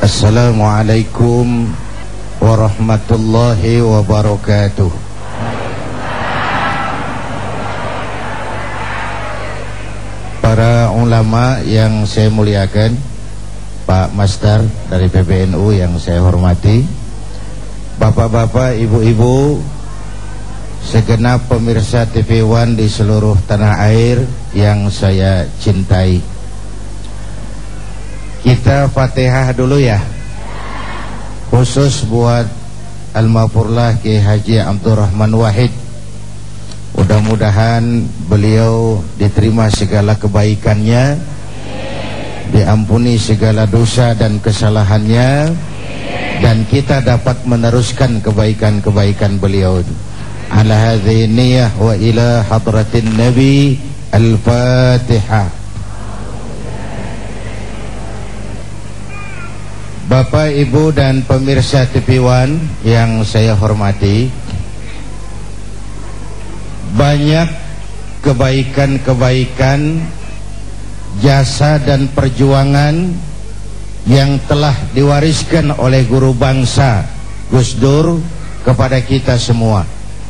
Assalamualaikum warahmatullahi wabarakatuh. Para ulama yang saya muliakan, Pak Master dari PBNU yang saya hormati, bapak-bapak, ibu-ibu, segenap pemirsa TV One di seluruh tanah air yang saya cintai. Kita Fatihah dulu ya, khusus buat Al-Mafurlah Kiai Haji Abdurrahman Wahid. Mudah-mudahan beliau diterima segala kebaikannya, diampuni segala dosa dan kesalahannya, dan kita dapat meneruskan kebaikan-kebaikan beliau. Ala hadhihi niyyah wa ila hadratin Nabi. Al-Fatihah. Bapak, Ibu, dan pemirsa TV One yang saya hormati, banyak kebaikan-kebaikan, jasa dan perjuangan yang telah diwariskan oleh guru bangsa Gus Dur kepada kita semua.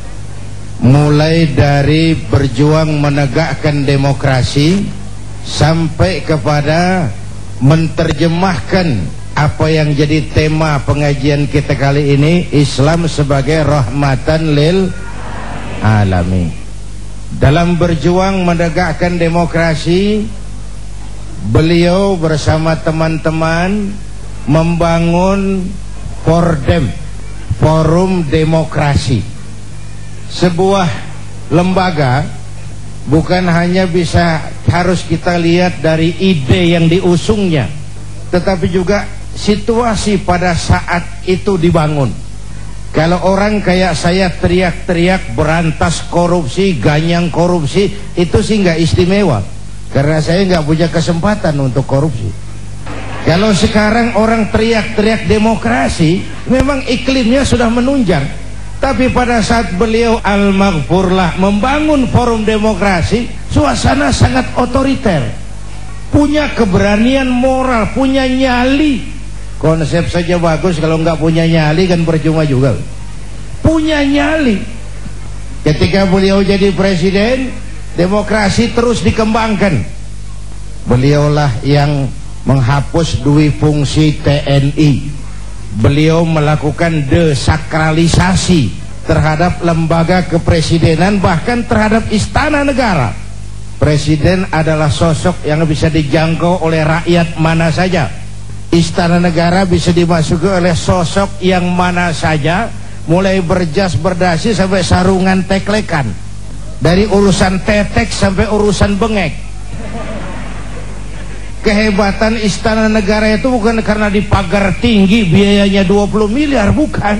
Mulai dari berjuang menegakkan demokrasi sampai kepada menerjemahkan apa yang jadi tema pengajian kita kali ini, Islam sebagai rahmatan lil alamin. Dalam berjuang menegakkan demokrasi, beliau bersama teman-teman membangun Fordem, Forum Demokrasi, sebuah lembaga bukan hanya bisa harus kita lihat dari ide yang diusungnya, tetapi juga situasi pada saat itu dibangun. Kalau orang kayak saya teriak-teriak berantas korupsi, ganyang korupsi, itu sih nggak istimewa, karena saya nggak punya kesempatan untuk korupsi. Kalau sekarang orang teriak-teriak demokrasi, memang iklimnya sudah menunjang. Tapi pada saat beliau Al-Maghfurlah membangun forum demokrasi, suasana sangat otoriter, punya keberanian moral, punya nyali. Konsep saja bagus, kalau nggak punya nyali kan percuma juga. Punya nyali. Ketika beliau jadi presiden, demokrasi terus dikembangkan. Beliaulah yang menghapus dui fungsi TNI. Beliau melakukan desakralisasi terhadap lembaga kepresidenan, bahkan terhadap istana negara. Presiden adalah sosok yang bisa dijangkau oleh rakyat mana saja. Istana negara bisa dimasuki oleh sosok yang mana saja, mulai berjas berdasi sampai sarungan teklekan, dari urusan tetek sampai urusan bengek. Kehebatan istana negara itu bukan karena dipagar tinggi biayanya 20 miliar, bukan,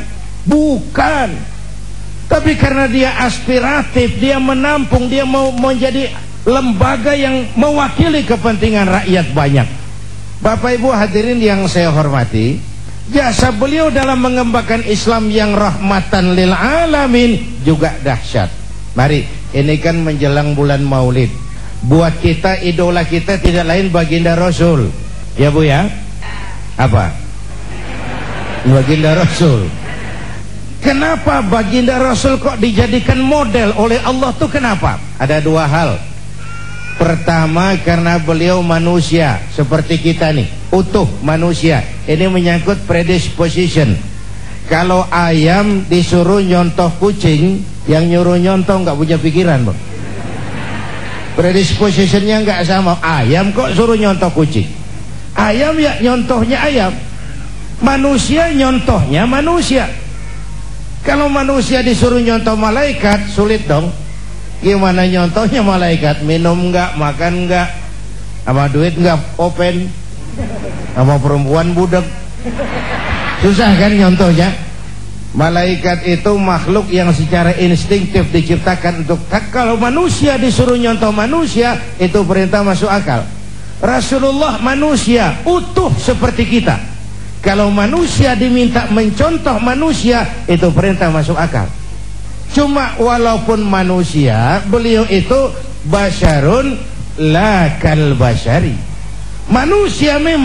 tapi karena dia aspiratif, dia menampung, dia mau menjadi lembaga yang mewakili kepentingan rakyat banyak. Bapak Ibu hadirin yang saya hormati, jasa beliau dalam mengembangkan Islam yang rahmatan lil alamin juga dahsyat. Mari, ini kan menjelang bulan Maulid. Buat kita, idola kita tidak lain baginda Rasul. Ya Bu ya? Apa? Baginda Rasul. Kenapa baginda Rasul kok dijadikan model oleh Allah tuh kenapa? Ada dua hal. Pertama, karena beliau manusia seperti kita nih, utuh manusia. Ini menyangkut predisposition. Kalau ayam disuruh nyontoh kucing, yang nyuruh nyontoh nggak punya pikiran, Bang. Predispositionnya nggak sama. Ayam kok suruh nyontoh kucing? Ayam ya nyontohnya ayam. Manusia nyontohnya manusia. Kalau manusia disuruh nyontoh malaikat, sulit dong. Gimana nyontohnya malaikat? Minum enggak, makan enggak, sama duit enggak open, sama perempuan budak. Susah kan nyontohnya. Malaikat itu makhluk yang secara instinktif diciptakan untuk, kalau manusia disuruh nyontoh manusia, itu perintah masuk akal. Rasulullah manusia utuh seperti kita. Kalau manusia diminta mencontoh manusia, itu perintah masuk akal. Cuma walaupun manusia, beliau itu basyarun la kal basyari. Manusia memang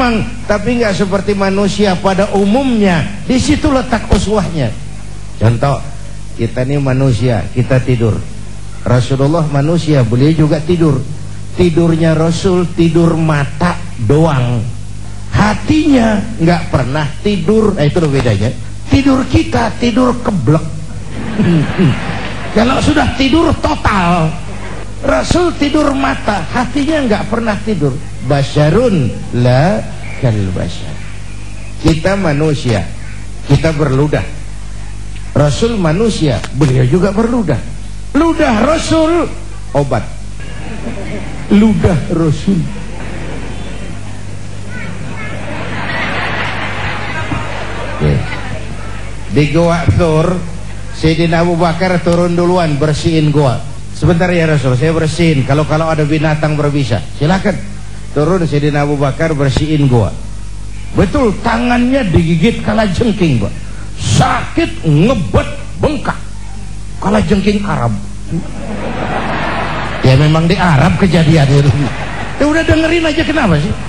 tapi nggak seperti manusia pada umumnya. Di situ letak uswahnya. Contoh, kita ini manusia, kita tidur. Rasulullah manusia, beliau juga tidur. Tidurnya Rasul tidur mata doang, hatinya nggak pernah tidur. Nah, itu loh bedanya. Tidur kita tidur keblek. Kalau sudah tidur total. Rasul tidur mata, hatinya nggak pernah tidur. Basyarun la kal basyar. Kita manusia, kita berludah. Rasul manusia, beliau juga berludah. Ludah Rasul obat. Ludah Rasul. Di Goa Thur, Sayyidina Abu Bakar turun duluan bersihin goa. Sebentar ya Rasul, saya bersihin. Kalau ada binatang berbisa, silakan. Turun Sayyidina Abu Bakar bersihin goa. Betul, tangannya digigit kalajengking, Pak. Sakit, ngebet, bengkak. Kalajengking Arab. Ya memang di Arab kejadian itu. Ya udah dengerin aja, kenapa sih?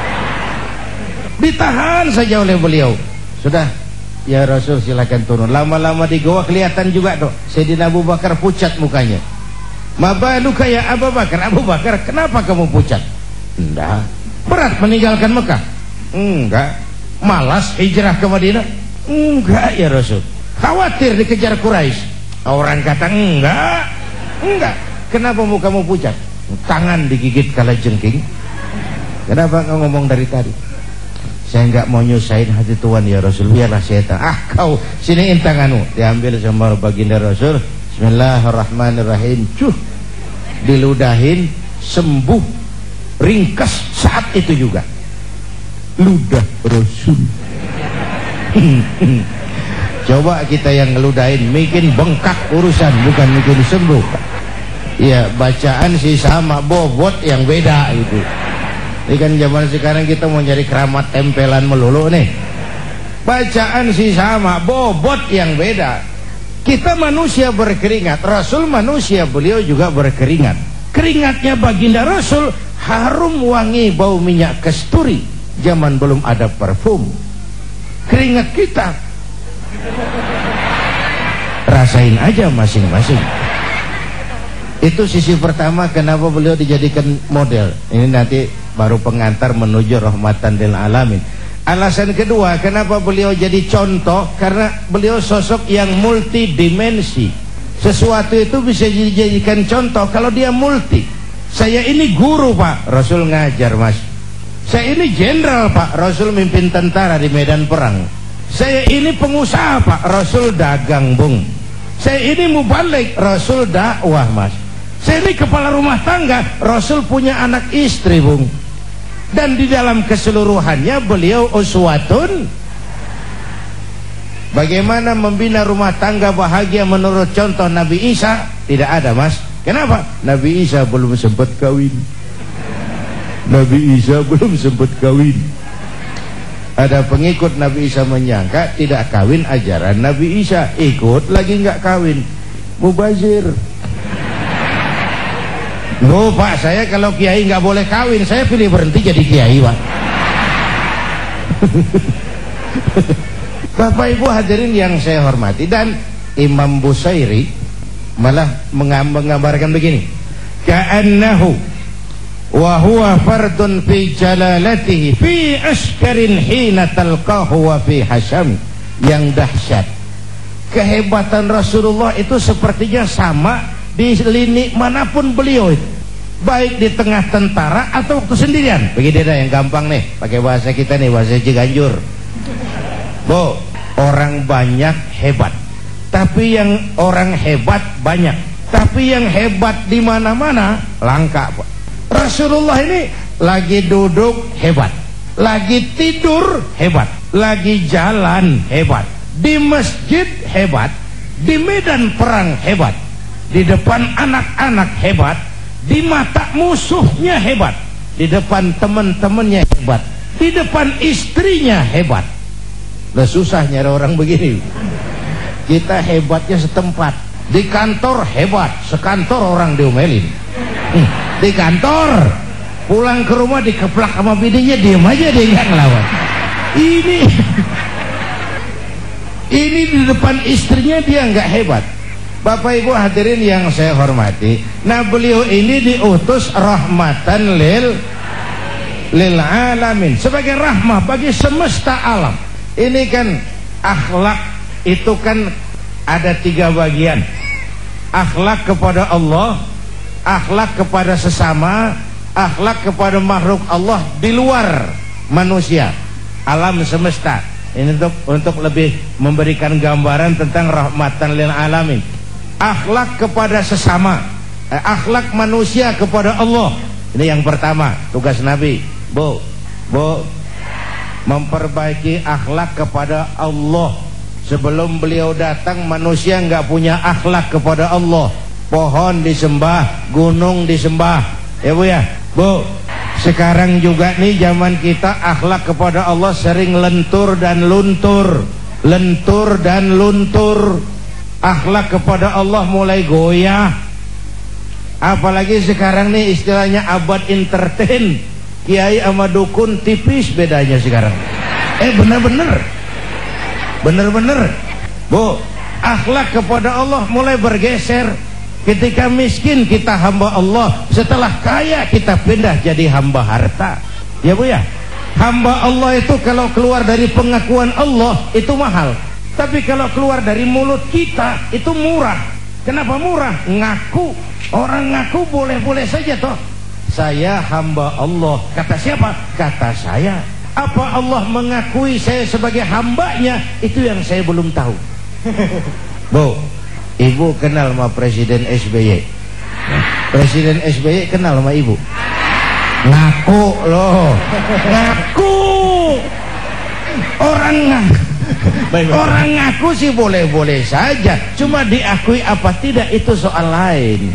Ditahan saja oleh beliau. Sudah, ya Rasul silakan turun. Lama-lama di goa kelihatan juga tuh Sayyidina Abu Bakar pucat mukanya. Mabaluka ya Abu Bakar. Abu Bakar, kenapa kamu pucat? Enggak. Berat meninggalkan Mekah? Enggak. Malas hijrah ke Madinah? Enggak ya Rasul. Khawatir dikejar Quraisy? Orang kata enggak. Enggak. Kenapa mukamu pucat? Tangan digigit kalajengking. Kenapa kau ngomong dari tadi? Saya enggak mau nyusahin hati Tuhan ya Rasul, biarlah saya tahu. Kau siniin tanganmu. Diambil sama baginda Rasul. Bismillahirrahmanirrahim. Diludahin, sembuh, ringkas saat itu juga. Ludah Rasul. Coba kita yang ngeludahin, bikin bengkak urusan, bukan bikin sembuh. Ya bacaan sih sama, bobot yang beda itu. Ini kan zaman sekarang kita mau nyari keramat tempelan melulu nih. Bacaan sih sama, bobot yang beda. Kita manusia berkeringat, Rasul manusia, beliau juga berkeringat. Keringatnya baginda Rasul harum wangi bau minyak kasturi. Zaman belum ada parfum. Keringat kita rasain aja masing-masing. Itu sisi pertama kenapa beliau dijadikan model. Ini nanti baru pengantar menuju rahmatan lil alamin. Alasan kedua kenapa beliau jadi contoh, karena beliau sosok yang multidimensi. Sesuatu itu bisa dijadikan contoh kalau dia multi. Saya ini guru Pak, Rasul ngajar Mas. Saya ini jenderal Pak, Rasul mimpin tentara di medan perang. Saya ini pengusaha Pak, Rasul dagang Bung. Saya ini mubalik, Rasul dakwah Mas. Saya ini kepala rumah tangga, Rasul punya anak istri Bung. Dan di dalam keseluruhannya beliau uswatun. Bagaimana membina rumah tangga bahagia menurut contoh Nabi Isa? Tidak ada Mas. Kenapa? Nabi Isa belum sempat kawin. Nabi Isa belum sempat kawin. Ada pengikut Nabi Isa menyangka tidak kawin ajaran Nabi Isa, ikut lagi nggak kawin, mubazir. Loh Pak, saya kalau kiai nggak boleh kawin, saya pilih berhenti jadi kiai Pak. Bapak Ibu hadirin yang saya hormati, dan Imam Busairi malah menggambarkan begini, ka'annahu wa huwa fardun fi jalalatihi fi askarin hina talqahu wa fi hasham. Yang dahsyat, kehebatan Rasulullah itu sepertinya sama di lini manapun beliau itu, baik di tengah tentara atau waktu sendirian. Begini dah yang gampang nih, pakai bahasa kita nih, bahasa Ciganjur. Bu, orang banyak hebat, tapi yang orang hebat banyak, tapi yang hebat di mana-mana langka Pak. Rasulullah ini lagi duduk hebat, lagi tidur hebat, lagi jalan hebat, di masjid hebat, di medan perang hebat, di depan anak-anak hebat, di mata musuhnya hebat, di depan teman-temannya hebat, di depan istrinya hebat. Udah susah nyari orang begini. Kita hebatnya setempat. Di kantor hebat, sekantor orang diomelin. Di kantor pulang ke rumah dikeplak sama bininya, diem aja, dia nggak ngelawan. Ini di depan istrinya dia nggak hebat. Bapak Ibu hadirin yang saya hormati, nah beliau ini diutus rahmatan lil alamin, sebagai rahmah bagi semesta alam. Ini kan akhlak itu kan ada 3 bagian. Akhlak kepada Allah, akhlak kepada sesama, akhlak kepada makhluk Allah di luar manusia, alam semesta. Ini untuk lebih memberikan gambaran tentang rahmatan lil alamin. Akhlak kepada sesama, akhlak manusia kepada Allah. Ini yang pertama, tugas Nabi. Bu, memperbaiki akhlak kepada Allah. Sebelum beliau datang, manusia nggak punya akhlak kepada Allah. Pohon disembah, gunung disembah, ya Bu ya. Bu, sekarang juga nih zaman kita akhlak kepada Allah sering lentur dan luntur, lentur dan luntur. Akhlak kepada Allah mulai goyah. Apalagi sekarang nih istilahnya abad entertain. Kiai sama dukun tipis bedanya sekarang. Bener-bener. Bu, akhlak kepada Allah mulai bergeser. Ketika miskin kita hamba Allah, setelah kaya kita pindah jadi hamba harta. Ya Bu ya. Hamba Allah itu kalau keluar dari pengakuan Allah itu mahal. Tapi kalau keluar dari mulut kita itu murah. Kenapa murah? Ngaku. Orang ngaku boleh-boleh saja toh. Saya hamba Allah. Kata siapa? Kata saya. Apa Allah mengakui saya sebagai hambanya? Itu yang saya belum tahu. Bu, Ibu kenal sama Presiden SBY? Presiden SBY kenal sama Ibu? Ngaku loh. Ngaku. Orang ngaku sih boleh-boleh saja. Cuma diakui apa tidak itu soal lain.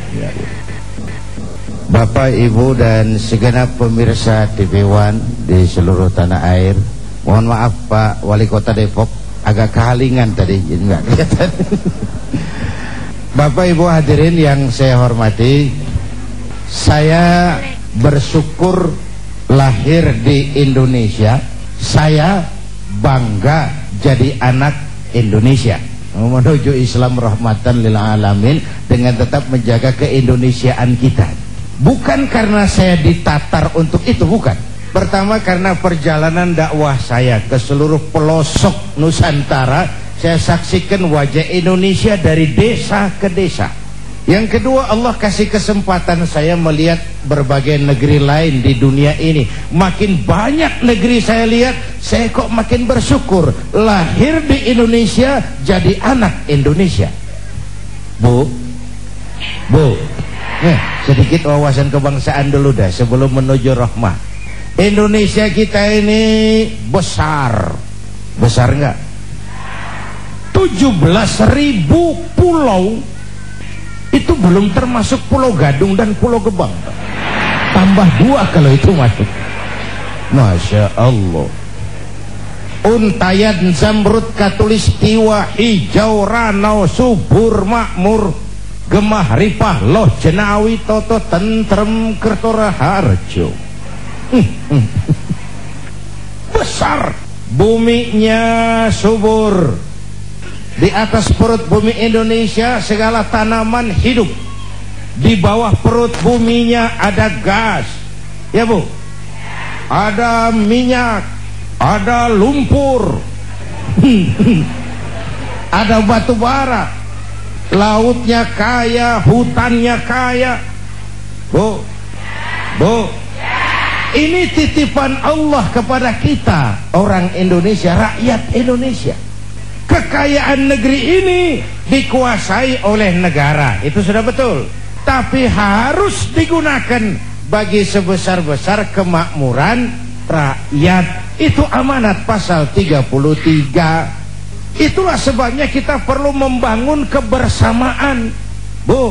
Bapak, Ibu dan segenap pemirsa TV One di seluruh tanah air, mohon maaf Pak Wali Kota Depok, agak kehalingan tadi, jadi nggak kelihatan. Bapak Ibu hadirin yang saya hormati, saya bersyukur lahir di Indonesia. Saya bangga jadi anak Indonesia, menuju Islam rahmatan lil alamin, dengan tetap menjaga keindonesiaan kita. Bukan karena saya ditatar untuk itu, bukan. Pertama karena perjalanan dakwah saya ke seluruh pelosok Nusantara, saya saksikan wajah Indonesia dari desa ke desa. Yang kedua, Allah kasih kesempatan saya melihat berbagai negeri lain di dunia ini. Makin banyak negeri saya lihat, saya kok makin bersyukur lahir di Indonesia, jadi anak Indonesia. Bu, sedikit wawasan kebangsaan dulu dah sebelum menuju rahmah. Indonesia kita ini besar nggak? 17.000 pulau. Itu belum termasuk Pulau Gadung dan Pulau Gebang. Tambah 2 kalau itu masuk. Masya Allah. Untayan, Zamrud, Katulistiwa, hijau, ranau, subur, makmur, gemah, ripah, loh, jenawi, toto, tentrem, kertora, harjo. Besar. Buminya subur. Di atas perut bumi Indonesia segala tanaman hidup. Di bawah perut buminya ada gas, ya Bu, ada minyak, ada lumpur, ada batu bara. Lautnya kaya, hutannya kaya. Bu, ini titipan Allah kepada kita, orang Indonesia, rakyat Indonesia. Kekayaan negeri ini dikuasai oleh negara, itu sudah betul. Tapi harus digunakan bagi sebesar-besar kemakmuran rakyat. Itu amanat pasal 33. Itulah sebabnya kita perlu membangun kebersamaan. Bu,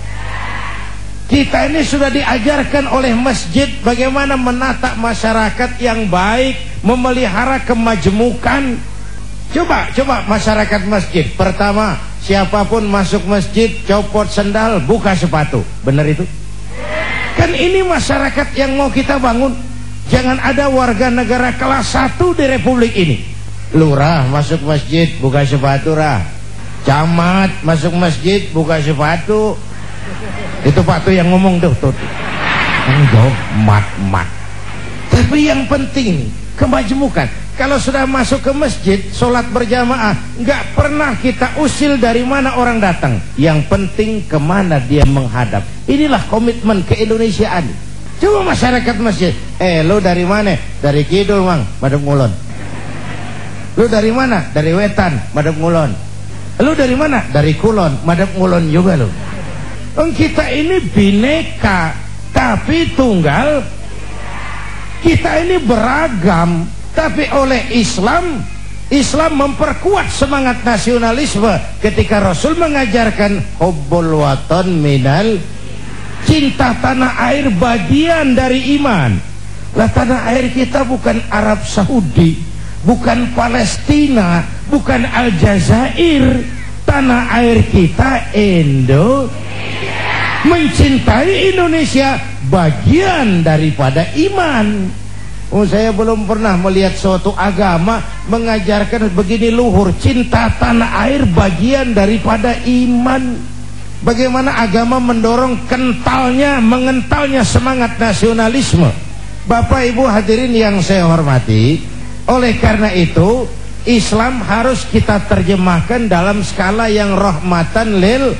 kita ini sudah diajarkan oleh masjid bagaimana menata masyarakat yang baik, memelihara kemajmukan. Coba masyarakat masjid. Pertama, siapapun masuk masjid copot sendal, buka sepatu. Benar itu? Kan ini masyarakat yang mau kita bangun. Jangan ada warga negara kelas 1 di republik ini. Lurah masuk masjid buka sepatu rah. Camat masuk masjid buka sepatu. Itu Pak tuh yang ngomong tuh. Enggak, mat. Tapi yang penting kemajmukan. Kalau sudah masuk ke masjid, sholat berjamaah, nggak pernah kita usil dari mana orang datang. Yang penting kemana dia menghadap. Inilah komitmen keindonesiaan. Coba masyarakat masjid, lo dari mana? Dari kidul mang, madep ngulon. Lo dari mana? Dari wetan, madep ngulon. Lo dari mana? Dari kulon, madep ngulon juga lo. Kita ini bineka, tapi tunggal. Kita ini beragam. Tapi oleh Islam memperkuat semangat nasionalisme ketika Rasul mengajarkan hubbul watan minal, cinta tanah air bagian dari iman. Lah tanah air kita bukan Arab Saudi, bukan Palestina, bukan Aljazair. Tanah air kita Indonesia. Mencintai Indonesia bagian daripada iman. Saya belum pernah melihat suatu agama mengajarkan begini luhur. Cinta tanah air bagian daripada iman. Bagaimana agama mendorong mengentalnya semangat nasionalisme. Bapak Ibu hadirin yang saya hormati, oleh karena itu Islam harus kita terjemahkan dalam skala yang rahmatan lil,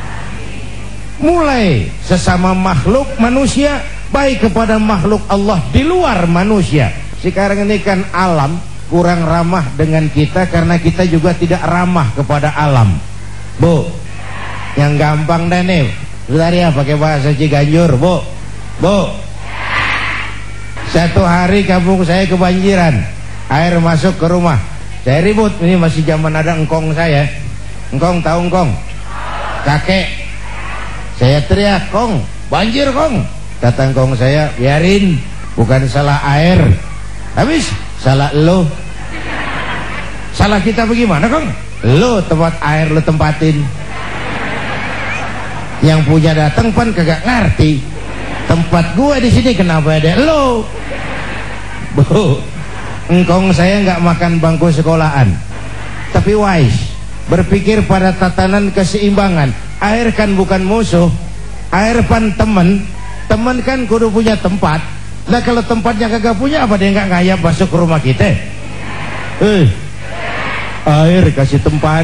mulai sesama makhluk manusia, baik kepada makhluk Allah di luar manusia. Sekarang ini kan alam kurang ramah dengan kita karena kita juga tidak ramah kepada alam. Bu, yang gampang deh nih, bentar ya pakai bahasa Ciganjur. Bu, satu hari kampung saya kebanjiran, air masuk ke rumah. Saya ribut, ini masih zaman ada engkong saya. Engkong tahu engkong? Kakek. Saya teriak, kong, banjir kong. Kata engkong saya, biarin, bukan salah air, habis salah lo. Salah kita bagaimana kong? Lo tempat air lo tempatin. Yang punya datang pan kagak ngerti. Tempat gua di sini kenapa ada lo? Bu, engkong saya nggak makan bangku sekolahan, tapi wise, berpikir pada tatanan keseimbangan. Air kan bukan musuh, air pan temen. Teman kan kudu punya tempat. Nah kalau tempatnya kagak punya, apa dia nggak ngayap masuk ke rumah kita? Air kasih tempat.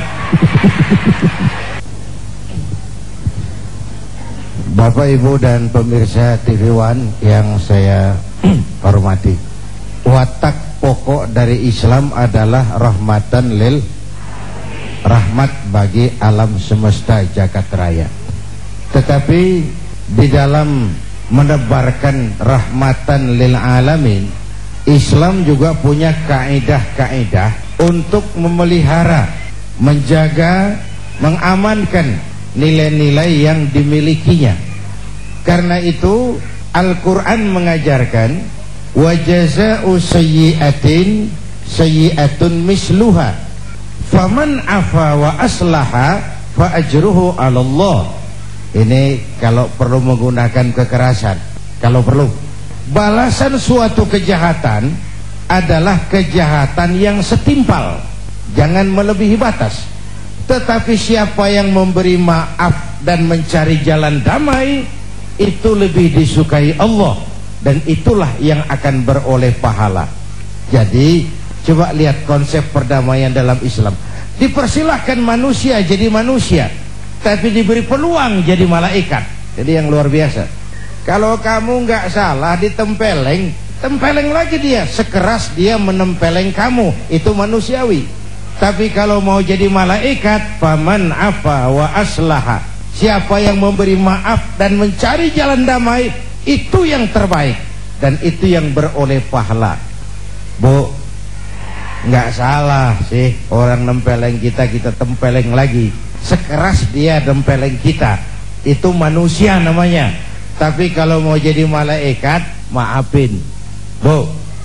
Bapak Ibu dan pemirsa TV One yang saya hormati, watak pokok dari Islam adalah rahmatan lil, rahmat bagi alam semesta jagat raya. Tetapi di dalam menebarkan rahmatan lil alamin, Islam juga punya kaidah-kaidah untuk memelihara, menjaga, mengamankan nilai-nilai yang dimilikinya. Karena itu Al-Quran mengajarkan wa jazaa'u sayyi'atin sayyi'atun misluha faman afa wa aslaha fa ajruhu 'ala Allah. Ini kalau perlu menggunakan kekerasan, kalau perlu. Balasan suatu kejahatan adalah kejahatan yang setimpal, jangan melebihi batas. Tetapi siapa yang memberi maaf dan mencari jalan damai, itu lebih disukai Allah, dan itulah yang akan beroleh pahala. Jadi coba lihat konsep perdamaian dalam Islam. Dipersilahkan manusia jadi manusia, tapi diberi peluang jadi malaikat. Jadi yang luar biasa. Kalau kamu nggak salah ditempeleng, tempeleng lagi dia. Sekeras dia menempeleng kamu, itu manusiawi. Tapi kalau mau jadi malaikat, faman afa wa aslaha, siapa yang memberi maaf dan mencari jalan damai, itu yang terbaik, dan itu yang beroleh pahala. Bu, nggak salah sih orang nempeleng kita, kita tempeleng lagi. Sekeras dia nempeleng kita, itu manusia namanya. Tapi kalau mau jadi malaikat, maafin. Bu,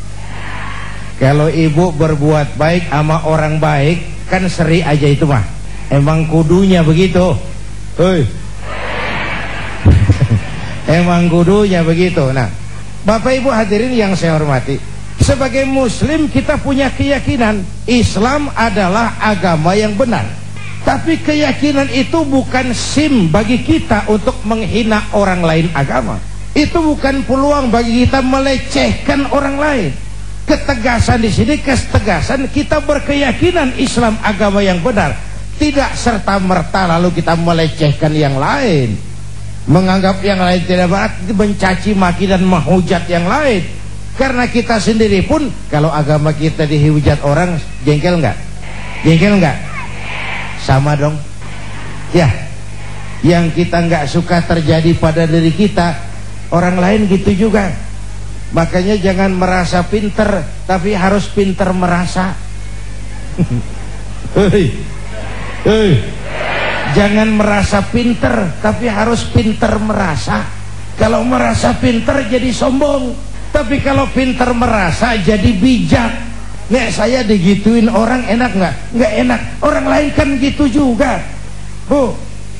kalau ibu berbuat baik sama orang baik, kan seri aja itu mah. Emang kudunya begitu. Emang kudunya begitu. Nah, Bapak Ibu hadirin yang saya hormati, sebagai muslim kita punya keyakinan Islam adalah agama yang benar. Tapi keyakinan itu bukan SIM bagi kita untuk menghina orang lain agama. Itu bukan peluang bagi kita melecehkan orang lain. Ketegasan di sini ketegasan kita berkeyakinan Islam agama yang benar. Tidak serta-merta lalu kita melecehkan yang lain, menganggap yang lain tidak benar, mencaci maki dan menghujat yang lain. Karena kita sendiri pun kalau agama kita dihujat orang, jengkel enggak? Jengkel enggak? Sama dong. Ya, yang kita enggak suka terjadi pada diri kita, orang lain gitu juga. Makanya jangan merasa pinter, tapi harus pinter merasa. Jangan merasa pinter, tapi harus pinter merasa. Kalau merasa pinter jadi sombong, tapi kalau pinter merasa jadi bijak. Nek saya digituin orang enak nggak? Nggak enak. Orang lain kan gitu juga, Bu.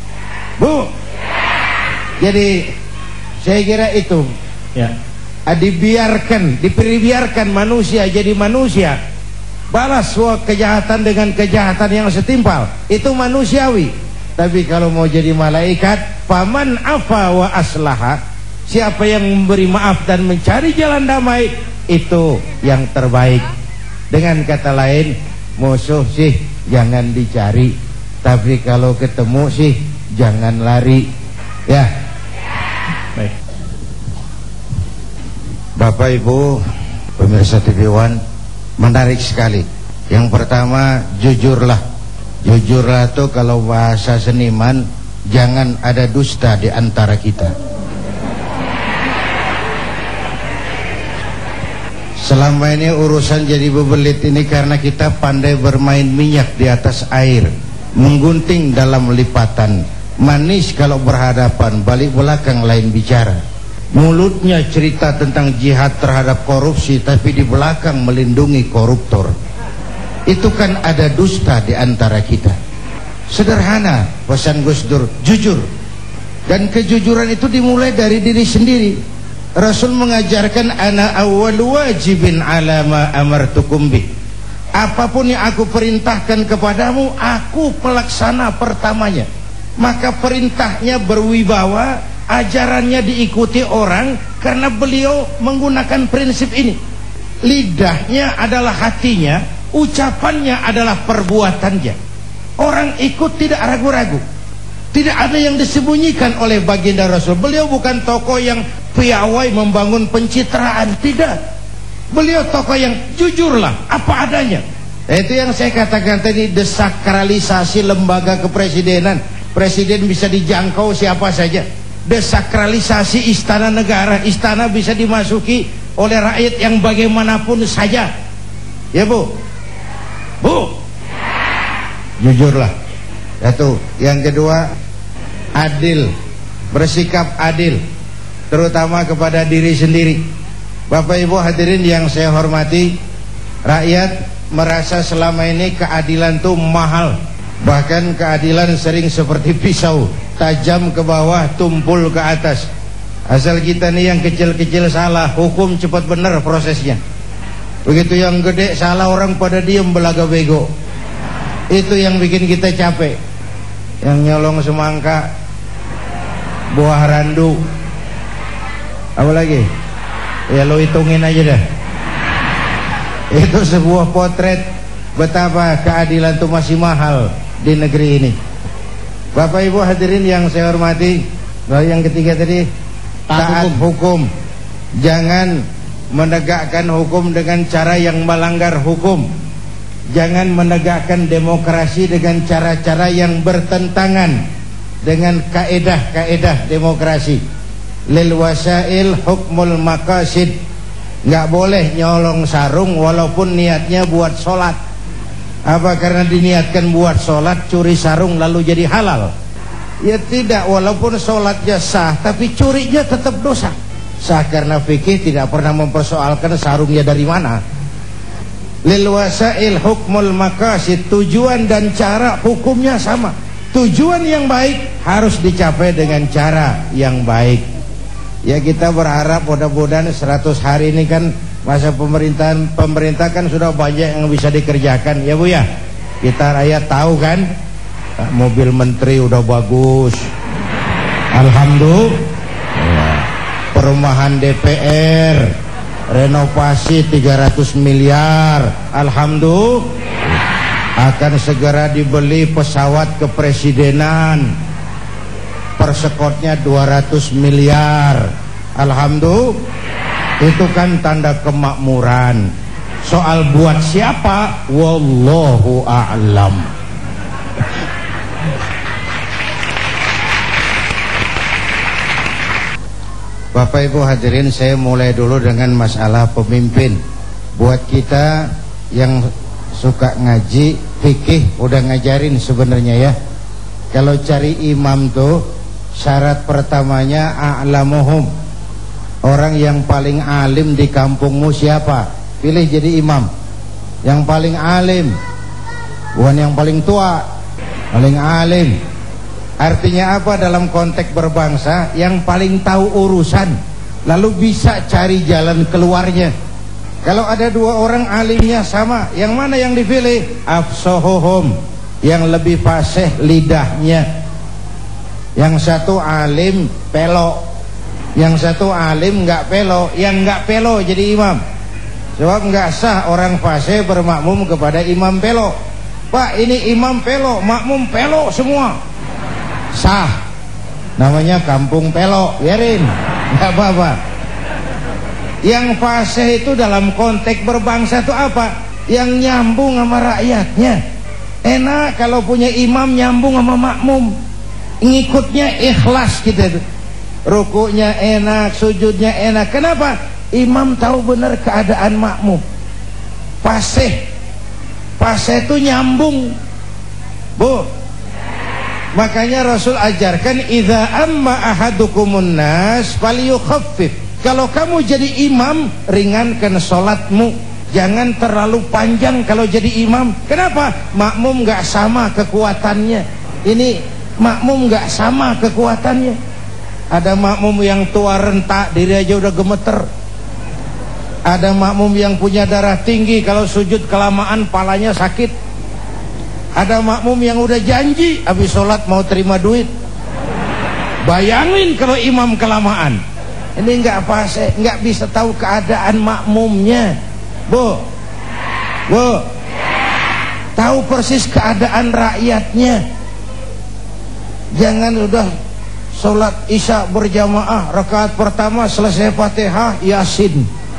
Jadi saya kira itu ya, dibiarkan manusia jadi manusia, balas kejahatan dengan kejahatan yang setimpal, itu manusiawi. Tapi kalau mau jadi malaikat, faman afa wa aslaha, siapa yang memberi maaf dan mencari jalan damai, itu yang terbaik. Dengan kata lain, musuh sih jangan dicari, tapi kalau ketemu sih jangan lari. Ya. Baik. Bapak Ibu pemirsa TV One, menarik sekali. Yang pertama, jujurlah. Jujurlah itu kalau bahasa seniman, jangan ada dusta di antara kita. Selama ini urusan jadi bebelit ini karena kita pandai bermain minyak di atas air, menggunting dalam lipatan, manis kalau berhadapan, balik belakang lain bicara. Mulutnya cerita tentang jihad terhadap korupsi, tapi di belakang melindungi koruptor. Itu kan ada dusta di antara kita. Sederhana pesan Gus Dur, jujur. Dan kejujuran itu dimulai dari diri sendiri. Rasul mengajarkan, ana awwal wajibin ala ma amartukum bih. Apapun yang aku perintahkan kepadamu, aku pelaksana pertamanya. Maka perintahnya berwibawa, ajarannya diikuti orang karena beliau menggunakan prinsip ini. Lidahnya adalah hatinya, ucapannya adalah perbuatannya. Orang ikut tidak ragu-ragu. Tidak ada yang disembunyikan oleh baginda Rasul. Beliau bukan tokoh yang piawai membangun pencitraan, tidak. Beliau tokoh yang jujurlah apa adanya. Itu yang saya katakan tadi, desakralisasi lembaga kepresidenan. Presiden bisa dijangkau siapa saja. Desakralisasi istana negara, istana bisa dimasuki oleh rakyat yang bagaimanapun saja. Ya Bu? Jujurlah. Satu. Yang kedua, adil, bersikap adil, terutama kepada diri sendiri. Bapak Ibu hadirin yang saya hormati, rakyat merasa selama ini keadilan itu mahal. Bahkan keadilan sering seperti pisau, tajam ke bawah, tumpul ke atas. Asal kita nih yang kecil-kecil salah, hukum cepat benar prosesnya. Begitu yang gede salah, orang pada diem belaga bego. Itu yang bikin kita capek. Yang nyolong semangka, buah randu, apa lagi? Ya lo hitungin aja dah. Itu sebuah potret betapa keadilan itu masih mahal di negeri ini. Bapak Ibu hadirin yang saya hormati, yang ketiga tadi, taat hukum. Jangan menegakkan hukum dengan cara yang melanggar hukum. Jangan menegakkan demokrasi dengan cara-cara yang bertentangan dengan kaedah-kaedah demokrasi. Lil wasail hukmul maqasid. Nggak boleh nyolong sarung walaupun niatnya buat sholat. Apa karena diniatkan buat sholat curi sarung lalu jadi halal? Ya tidak, walaupun sholatnya sah tapi curinya tetap dosa. Sah karena fikih tidak pernah mempersoalkan sarungnya dari mana. Lil wasail hukmul maqasid, tujuan dan cara hukumnya sama. Tujuan yang baik harus dicapai dengan cara yang baik. Ya kita berharap mudah-mudahan 100 hari ini kan masa pemerintah kan sudah banyak yang bisa dikerjakan ya Bu ya. Kita rakyat tahu kan, mobil menteri udah bagus, alhamdulillah. Perumahan DPR renovasi 300 miliar, alhamdulillah. Akan segera dibeli pesawat kepresidenan, persekotnya 200 miliar, alhamdulillah. Itu kan tanda kemakmuran. Soal buat siapa, wallahu a'lam. Bapak Ibu hadirin, saya mulai dulu dengan masalah pemimpin. Buat kita yang suka ngaji fikih udah ngajarin sebenarnya ya. Kalau cari imam tuh syarat pertamanya a'lamuhum. Orang yang paling alim di kampungmu siapa? Pilih jadi imam. Yang paling alim, bukan yang paling tua, paling alim. Artinya apa dalam konteks berbangsa? Yang paling tahu urusan, lalu bisa cari jalan keluarnya. Kalau ada dua orang alimnya sama, yang mana yang dipilih? Afsahuhum, yang lebih fasih lidahnya. Yang satu alim pelok, yang satu alim nggak pelo. Yang nggak pelo jadi imam. Sebab nggak sah orang fasih bermakmum kepada imam pelo. Pak, ini imam pelo, makmum pelo semua. Sah, namanya kampung pelo, biarin, nggak apa-apa. Yang fasih itu dalam konteks berbangsa itu apa? Yang nyambung sama rakyatnya. Enak kalau punya imam nyambung sama makmum, ngikutnya ikhlas gitu. Rukuknya enak, sujudnya enak. Kenapa? Imam tahu benar keadaan makmum. Fasih itu nyambung, Bu. Makanya Rasul ajarkan idza amma ahadukumun nas falyukhaffif. Kalau kamu jadi imam, ringankan salatmu. Jangan terlalu panjang kalau jadi imam. Kenapa? Makmum enggak sama kekuatannya. Ini makmum enggak sama kekuatannya. Ada makmum yang tua rentak, diri aja udah gemeter. Ada makmum yang punya darah tinggi, kalau sujud kelamaan palanya sakit. Ada makmum yang udah janji habis sholat mau terima duit. Bayangin kalau imam kelamaan. Ini nggak fasih, nggak bisa tahu keadaan makmumnya. Bu, tahu persis keadaan rakyatnya. Jangan udah sholat isya berjamaah, rakaat pertama selesai Fatihah, Yasin.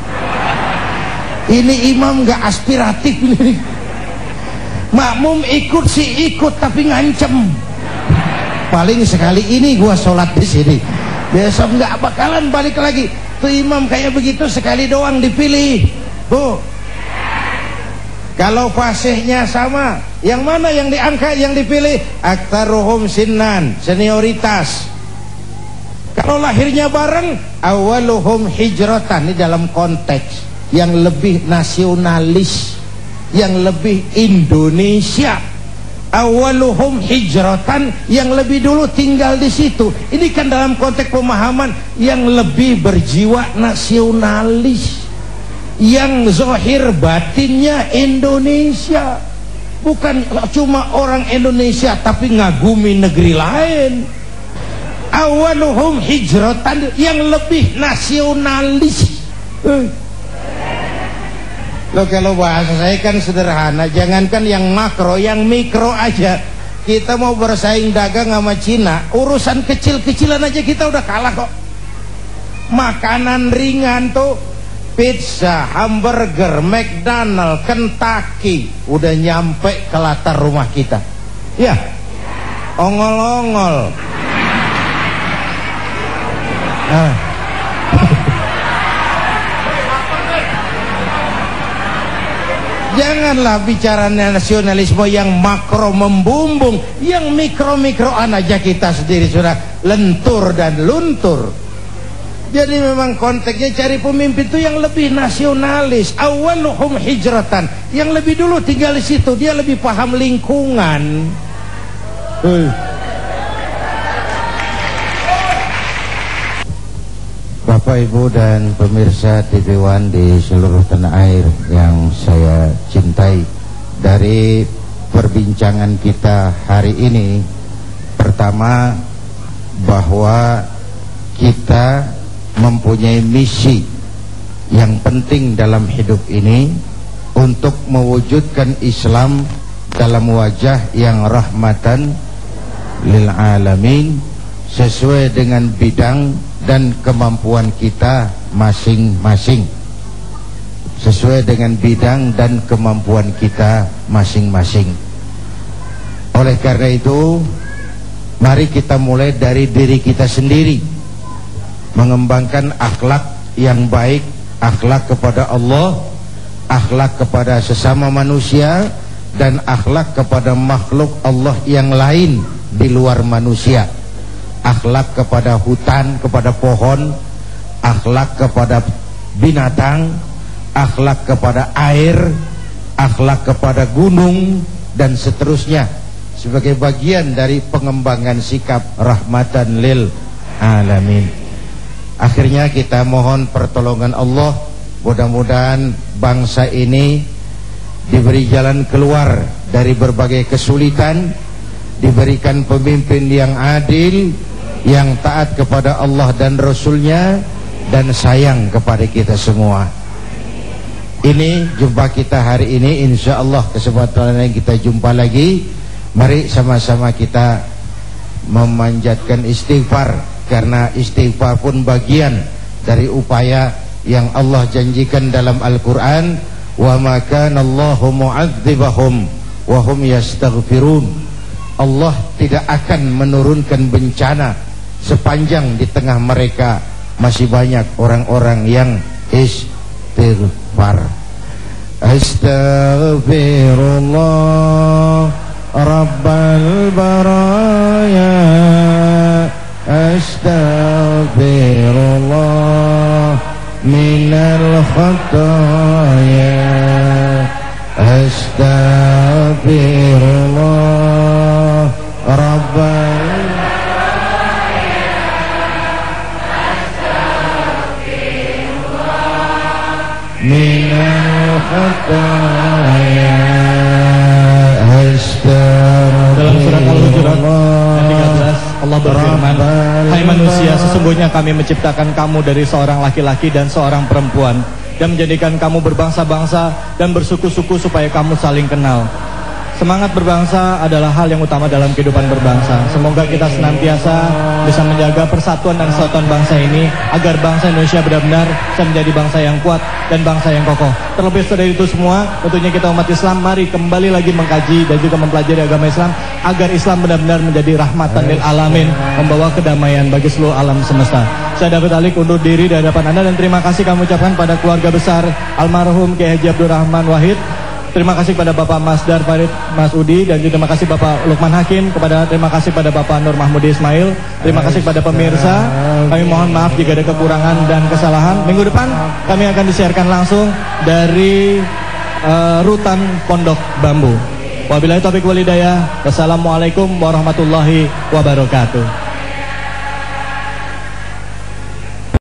Ini imam nggak aspiratif ini. Makmum ikut sih ikut, tapi ngancem. Paling sekali ini gua sholat di sini, besok nggak bakalan balik lagi. Tuh imam kayak begitu sekali doang dipilih, Bu. Kalau fasihnya sama, yang mana yang diangkat, yang dipilih? Aktaruhum sinnan, senioritas. Kalau lahirnya bareng, awaluhum hijratan. Ini dalam konteks yang lebih nasionalis, yang lebih Indonesia. Awaluhum hijratan, yang lebih dulu tinggal di situ. Ini kan dalam konteks pemahaman yang lebih berjiwa nasionalis, yang zahir batinnya Indonesia. Bukan cuma orang Indonesia tapi ngagumi negeri lain. Awaluhum hijratan, yang lebih nasionalis. Loh, kalau bahasa saya kan sederhana, jangankan yang makro, yang mikro aja. Kita mau bersaing dagang sama Cina, urusan kecil-kecilan aja kita udah kalah kok. Makanan ringan tuh, pizza, hamburger, McDonald, Kentucky, udah nyampe ke latar rumah kita. Ya, ongol-ongol. Janganlah bicara nasionalisme yang makro membumbung, yang mikro-mikroan aja kita sendiri sudah lentur dan luntur. Jadi memang konteksnya cari pemimpin itu yang lebih nasionalis, awaluhum hijratan, yang lebih dulu tinggal di situ, dia lebih paham lingkungan. Bapak Ibu dan pemirsa TV One di seluruh tanah air yang saya cintai, dari perbincangan kita hari ini, pertama bahwa kita mempunyai misi yang penting dalam hidup ini untuk mewujudkan Islam dalam wajah yang rahmatan lil alamin, sesuai dengan bidang dan kemampuan kita masing-masing. Sesuai dengan bidang dan kemampuan kita masing-masing. Oleh karena itu, mari kita mulai dari diri kita sendiri, mengembangkan akhlak yang baik, akhlak kepada Allah, akhlak kepada sesama manusia, dan akhlak kepada makhluk Allah yang lain di luar manusia. Akhlak kepada hutan, kepada pohon, akhlak kepada binatang, akhlak kepada air, akhlak kepada gunung, dan seterusnya, sebagai bagian dari pengembangan sikap rahmatan lil alamin. Akhirnya kita mohon pertolongan Allah, mudah-mudahan bangsa ini diberi jalan keluar dari berbagai kesulitan, diberikan pemimpin yang adil, yang taat kepada Allah dan Rasulnya, dan sayang kepada kita semua. Ini jumpa kita hari ini, insya Allah kesempatan yang kita jumpa lagi. Mari sama-sama kita memanjatkan istighfar, karena istighfar pun bagian dari upaya yang Allah janjikan dalam Al-Quran. Wa ma kana Allahu mu'adzibahum wa hum yastaghfirun. Allah tidak akan menurunkan bencana sepanjang di tengah mereka masih banyak orang-orang yang istighfar. Astaghfirullah Rabbal baraya, astaghfirullah minal khataya, astaghfirullah Rabbal minal khataya, dalam surat Al-Hujurat ayat 13 Allah berfirman, hai manusia, sesungguhnya kami menciptakan kamu dari seorang laki-laki dan seorang perempuan, dan menjadikan kamu berbangsa-bangsa dan bersuku-suku supaya kamu saling kenal. Semangat berbangsa adalah hal yang utama dalam kehidupan berbangsa. Semoga kita senantiasa bisa menjaga persatuan dan kesatuan bangsa ini, agar bangsa Indonesia benar-benar bisa menjadi bangsa yang kuat dan bangsa yang kokoh. Terlebih dari itu semua, tentunya kita umat Islam mari kembali lagi mengkaji dan juga mempelajari agama Islam, agar Islam benar-benar menjadi rahmatan lil alamin, membawa kedamaian bagi seluruh alam semesta. Saya David Alik undur diri di hadapan Anda, dan terima kasih kami ucapkan pada keluarga besar almarhum Kiai Haji Abdurrahman Wahid. Terima kasih kepada Bapak Masdar Farid Mas Udi, dan juga terima kasih Bapak Lukman Hakim, terima kasih pada Bapak Nur Mahmudi Ismail. Terima kasih kepada pemirsa. Kami mohon maaf jika ada kekurangan dan kesalahan. Minggu depan kami akan disiarkan langsung dari Rutan Pondok Bambu. Wabillahi taufiq wal hidayah. Wassalamualaikum warahmatullahi wabarakatuh.